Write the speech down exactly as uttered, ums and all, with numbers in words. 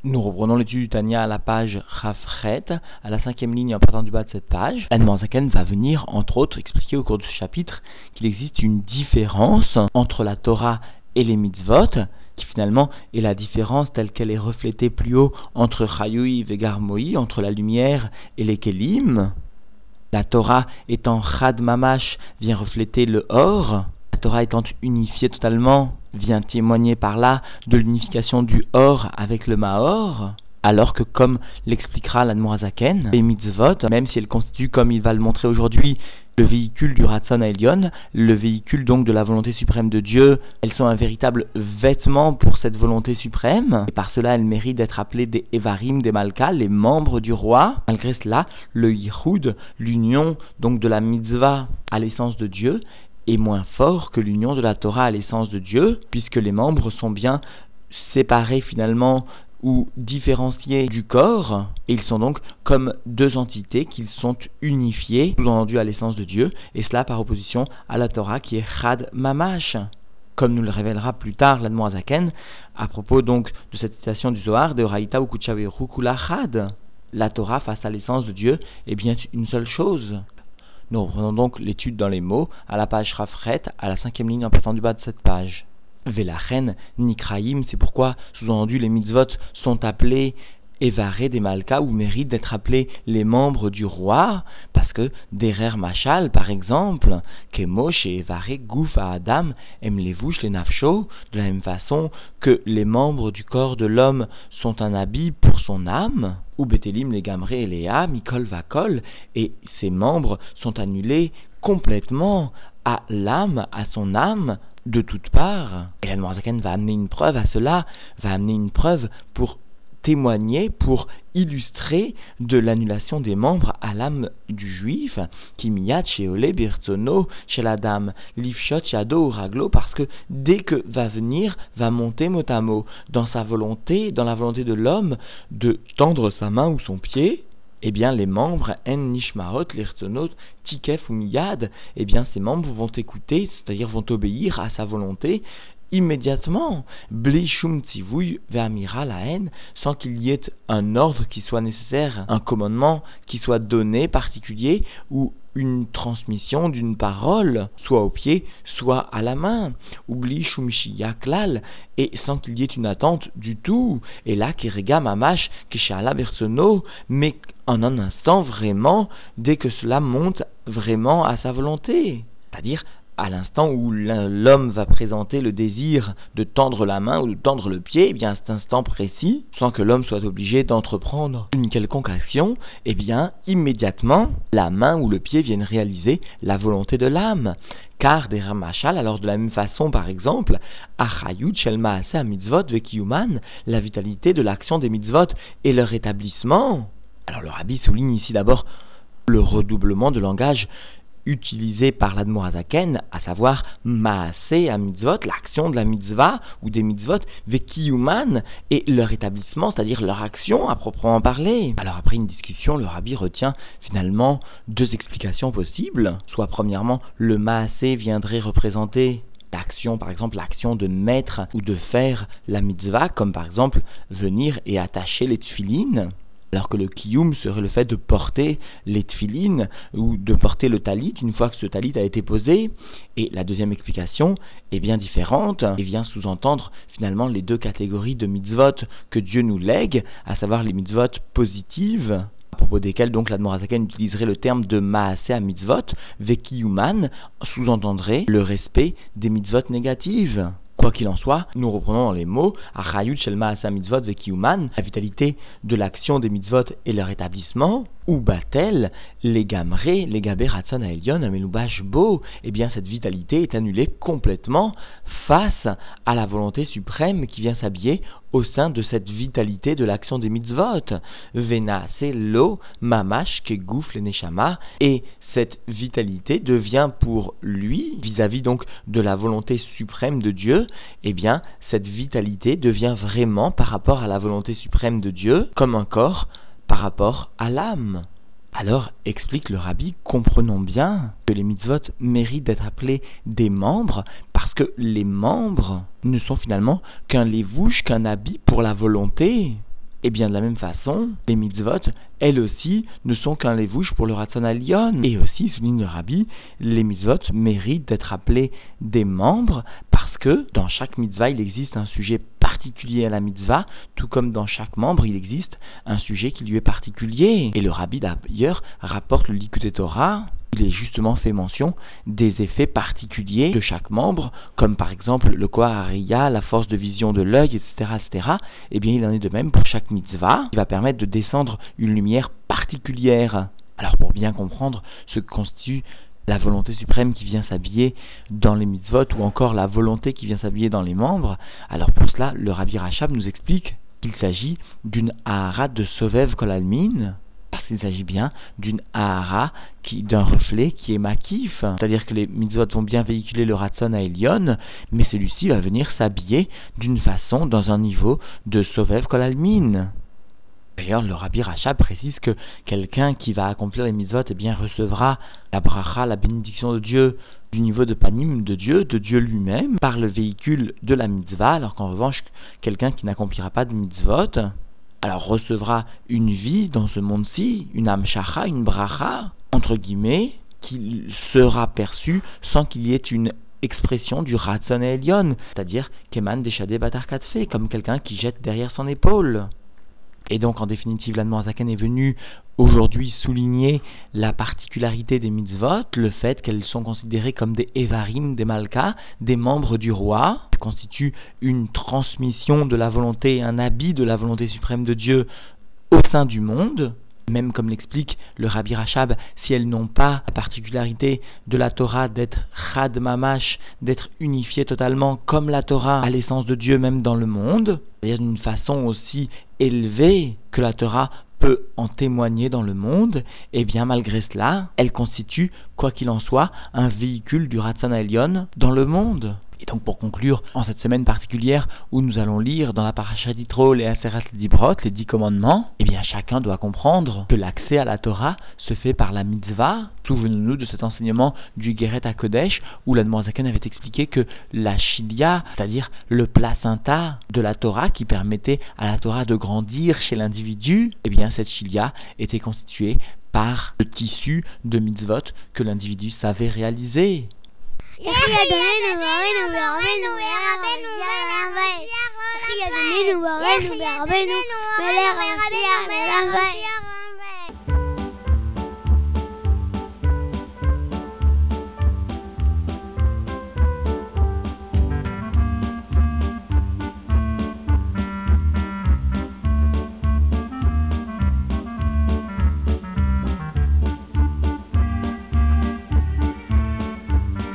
Nous reprenons l'étude du Tanya à la page Chafret, à la cinquième ligne en partant du bas de cette page. L'Admor Zaken va venir, entre autres, expliquer au cours de ce chapitre qu'il existe une différence entre la Torah et les mitzvot, qui finalement est la différence telle qu'elle est reflétée plus haut entre Chayui et Garmoi, entre la lumière et les Kelim. La Torah étant Chad Mamash vient refléter le Or. La Torah étant unifiée totalement vient témoigner par là de l'unification du Or avec le Maor, alors que comme l'expliquera l'Admor Zaken, les mitzvot, même si elles constituent, comme il va le montrer aujourd'hui, le véhicule du Ratzon Elyon, le véhicule donc de la volonté suprême de Dieu, elles sont un véritable vêtement pour cette volonté suprême, et par cela elles méritent d'être appelées des Evarim, des Malka, les membres du roi. Malgré cela, le Yichud, l'union donc de la mitzvah à l'essence de Dieu, est moins fort que l'union de la Torah à l'essence de Dieu, puisque les membres sont bien séparés finalement ou différenciés du corps, et ils sont donc comme deux entités qu'ils sont unifiés, sous-entendus à l'essence de Dieu, et cela par opposition à la Torah qui est Chad Mamash, comme nous le révélera plus tard l'Admor Zaken, à propos donc de cette citation du Zohar, de Raïta ou Kuchaveru Kula Chad. La Torah face à l'essence de Dieu est bien une seule chose. Nous reprenons donc l'étude dans les mots à la page Rafret, à la cinquième ligne en partant du bas de cette page. Velachen, Nikraim, c'est pourquoi, sous-entendu, les mitzvot sont appelés Evaré des Malka, ou méritent d'être appelés les membres du roi, parce que Derer Machal, par exemple, Kemo chez Evaré Gouf à Adam, Emlevouch les Nafsho, de la même façon que les membres du corps de l'homme sont un habit pour son âme, ou Betelim les Gamré et Léa, Mikol Vakol, et ces membres sont annulés complètement à l'âme, à son âme, de toutes parts. Et l'Admor Zaken va amener une preuve à cela, va amener une preuve pour témoigner, pour illustrer de l'annulation des membres à l'âme du juif, qui miyat sheole birtsono chez la dame, lifshot yado raglo, parce que dès que va venir, va monter mot à mot, dans sa volonté, dans la volonté de l'homme, de tendre sa main ou son pied, eh bien les membres en nishmarot l'irtzonot tikef ou miyad, eh bien ces membres vont écouter, c'est-à-dire vont obéir à sa volonté immédiatement, bli shum tzivouy ve'amira la haine, sans qu'il y ait un ordre qui soit nécessaire, un commandement qui soit donné particulier, ou une transmission d'une parole, soit au pied, soit à la main, ou bli shum shiyaklal, et sans qu'il y ait une attente du tout, et là kirega mamash kishala bersono, mais en un instant vraiment, dès que cela monte vraiment à sa volonté, c'est-à-dire à l'instant où l'homme va présenter le désir de tendre la main ou de tendre le pied, eh bien à cet instant précis, sans que l'homme soit obligé d'entreprendre une quelconque action, eh bien immédiatement la main ou le pied viennent réaliser la volonté de l'âme. Car des ramachal, alors de la même façon par exemple, achayut shel maaseh mitzvot vekiyuman, la vitalité de l'action des mitzvot et leur établissement. Alors le rabbi souligne ici d'abord le redoublement de langage utilisé par l'Admor Zaken, à savoir maaseh à mitzvot, l'action de la mitzvah ou des mitzvot, vekiyuman, et leur établissement, c'est-à-dire leur action à proprement parler. Alors après une discussion, le rabbi retient finalement deux explications possibles. Soit premièrement, le maaseh viendrait représenter l'action, par exemple l'action de mettre ou de faire la mitzvah, comme par exemple venir et attacher les tfilines, alors que le kiyum serait le fait de porter les tfilines ou de porter le talit une fois que ce talit a été posé. Et la deuxième explication est bien différente et vient sous-entendre finalement les deux catégories de mitzvot que Dieu nous lègue, à savoir les mitzvot positives, à propos desquelles donc l'Admor Zaken utiliserait le terme de maaseh à mitzvot, vekiyuman sous-entendrait le respect des mitzvot négatives. Quoi qu'il en soit, nous reprenons dans les mots achayut shel maaseh mitzvot vekiyuman, la vitalité de l'action des mitzvot et leur établissement, ou batel, les gamré, les gabé ratzon haelyon amelubash bo, eh bien cette vitalité est annulée complètement face à la volonté suprême qui vient s'habiller au sein de cette vitalité de l'action des mitzvot. Vena c'est lo mamash kegouf le neshama, et cette vitalité devient pour lui, vis-à-vis donc de la volonté suprême de Dieu, eh bien cette vitalité devient vraiment par rapport à la volonté suprême de Dieu, comme un corps par rapport à l'âme. Alors, explique le rabbi, comprenons bien que les mitzvot méritent d'être appelés des membres, parce que les membres ne sont finalement qu'un lévouche, qu'un habit pour la volonté. Et bien de la même façon, les mitzvot, elles aussi, ne sont qu'un levouche pour le Ratzon Elyon. Et aussi, souligne le Rabbi, les mitzvot méritent d'être appelés des membres parce que dans chaque mitzvah, il existe un sujet particulier à la mitzvah, tout comme dans chaque membre, il existe un sujet qui lui est particulier. Et le Rabbi d'ailleurs rapporte le Likutei Torah. Il est justement fait mention des effets particuliers de chaque membre, comme par exemple le Koach Hariya, la force de vision de l'œil, et cetera, et cetera. Eh bien, il en est de même pour chaque mitzvah, qui va permettre de descendre une lumière particulière. Alors, pour bien comprendre ce que constitue la volonté suprême qui vient s'habiller dans les mitzvot, ou encore la volonté qui vient s'habiller dans les membres, alors pour cela, le Rabbi Rachab nous explique qu'il s'agit d'une Ahara de Sovev Kol Almin, parce qu'il s'agit bien d'une Ahara, qui, d'un reflet qui est makif, c'est-à-dire que les mitzvot vont bien véhiculer le Ratzon Elyon, mais celui-ci va venir s'habiller d'une façon, dans un niveau de Sovev Kol Almin. D'ailleurs, le Rabbi Rachab précise que quelqu'un qui va accomplir les mitzvot eh bien, recevra la bracha, la bénédiction de Dieu, du niveau de panim de Dieu, de Dieu lui-même, par le véhicule de la mitzvah, alors qu'en revanche, quelqu'un qui n'accomplira pas de mitzvot, alors recevra une vie dans ce monde-ci, une amshacha, une bracha, entre guillemets, qui sera perçue sans qu'il y ait une expression du Ratzon Elyon, c'est-à-dire Keman Deshadeh Batar Katfe, comme quelqu'un qui jette derrière son épaule. Et donc, en définitive, l'Admor Zaken est venu aujourd'hui souligner la particularité des mitzvot, le fait qu'elles sont considérées comme des Evarim, des Malkas, des membres du roi, qui constituent une transmission de la volonté, un habit de la volonté suprême de Dieu au sein du monde. Même comme l'explique le Rabbi Rachab, si elles n'ont pas la particularité de la Torah d'être Chad Mamash, d'être unifiées totalement comme la Torah à l'essence de Dieu même dans le monde, c'est-à-dire d'une façon aussi élevée que la Torah peut en témoigner dans le monde, et bien malgré cela, elle constitue, quoi qu'il en soit, un véhicule du Ratzon Elyon dans le monde. Et donc pour conclure, en cette semaine particulière où nous allons lire dans la Parashat Yitro les Aseret Dibrot, les dix commandements, eh bien chacun doit comprendre que l'accès à la Torah se fait par la mitzvah. Souvenons-nous de cet enseignement du Geret HaKodesh où l'Admor Zaken avait expliqué que la Shilia, c'est-à-dire le placenta de la Torah qui permettait à la Torah de grandir chez l'individu, eh bien cette Shilia était constituée par le tissu de mitzvot que l'individu savait réaliser. Yachי Adonenu Barenu Barabenu Barabenu Barabenu Yachי Adonenu Barenu Barabenu Barabenu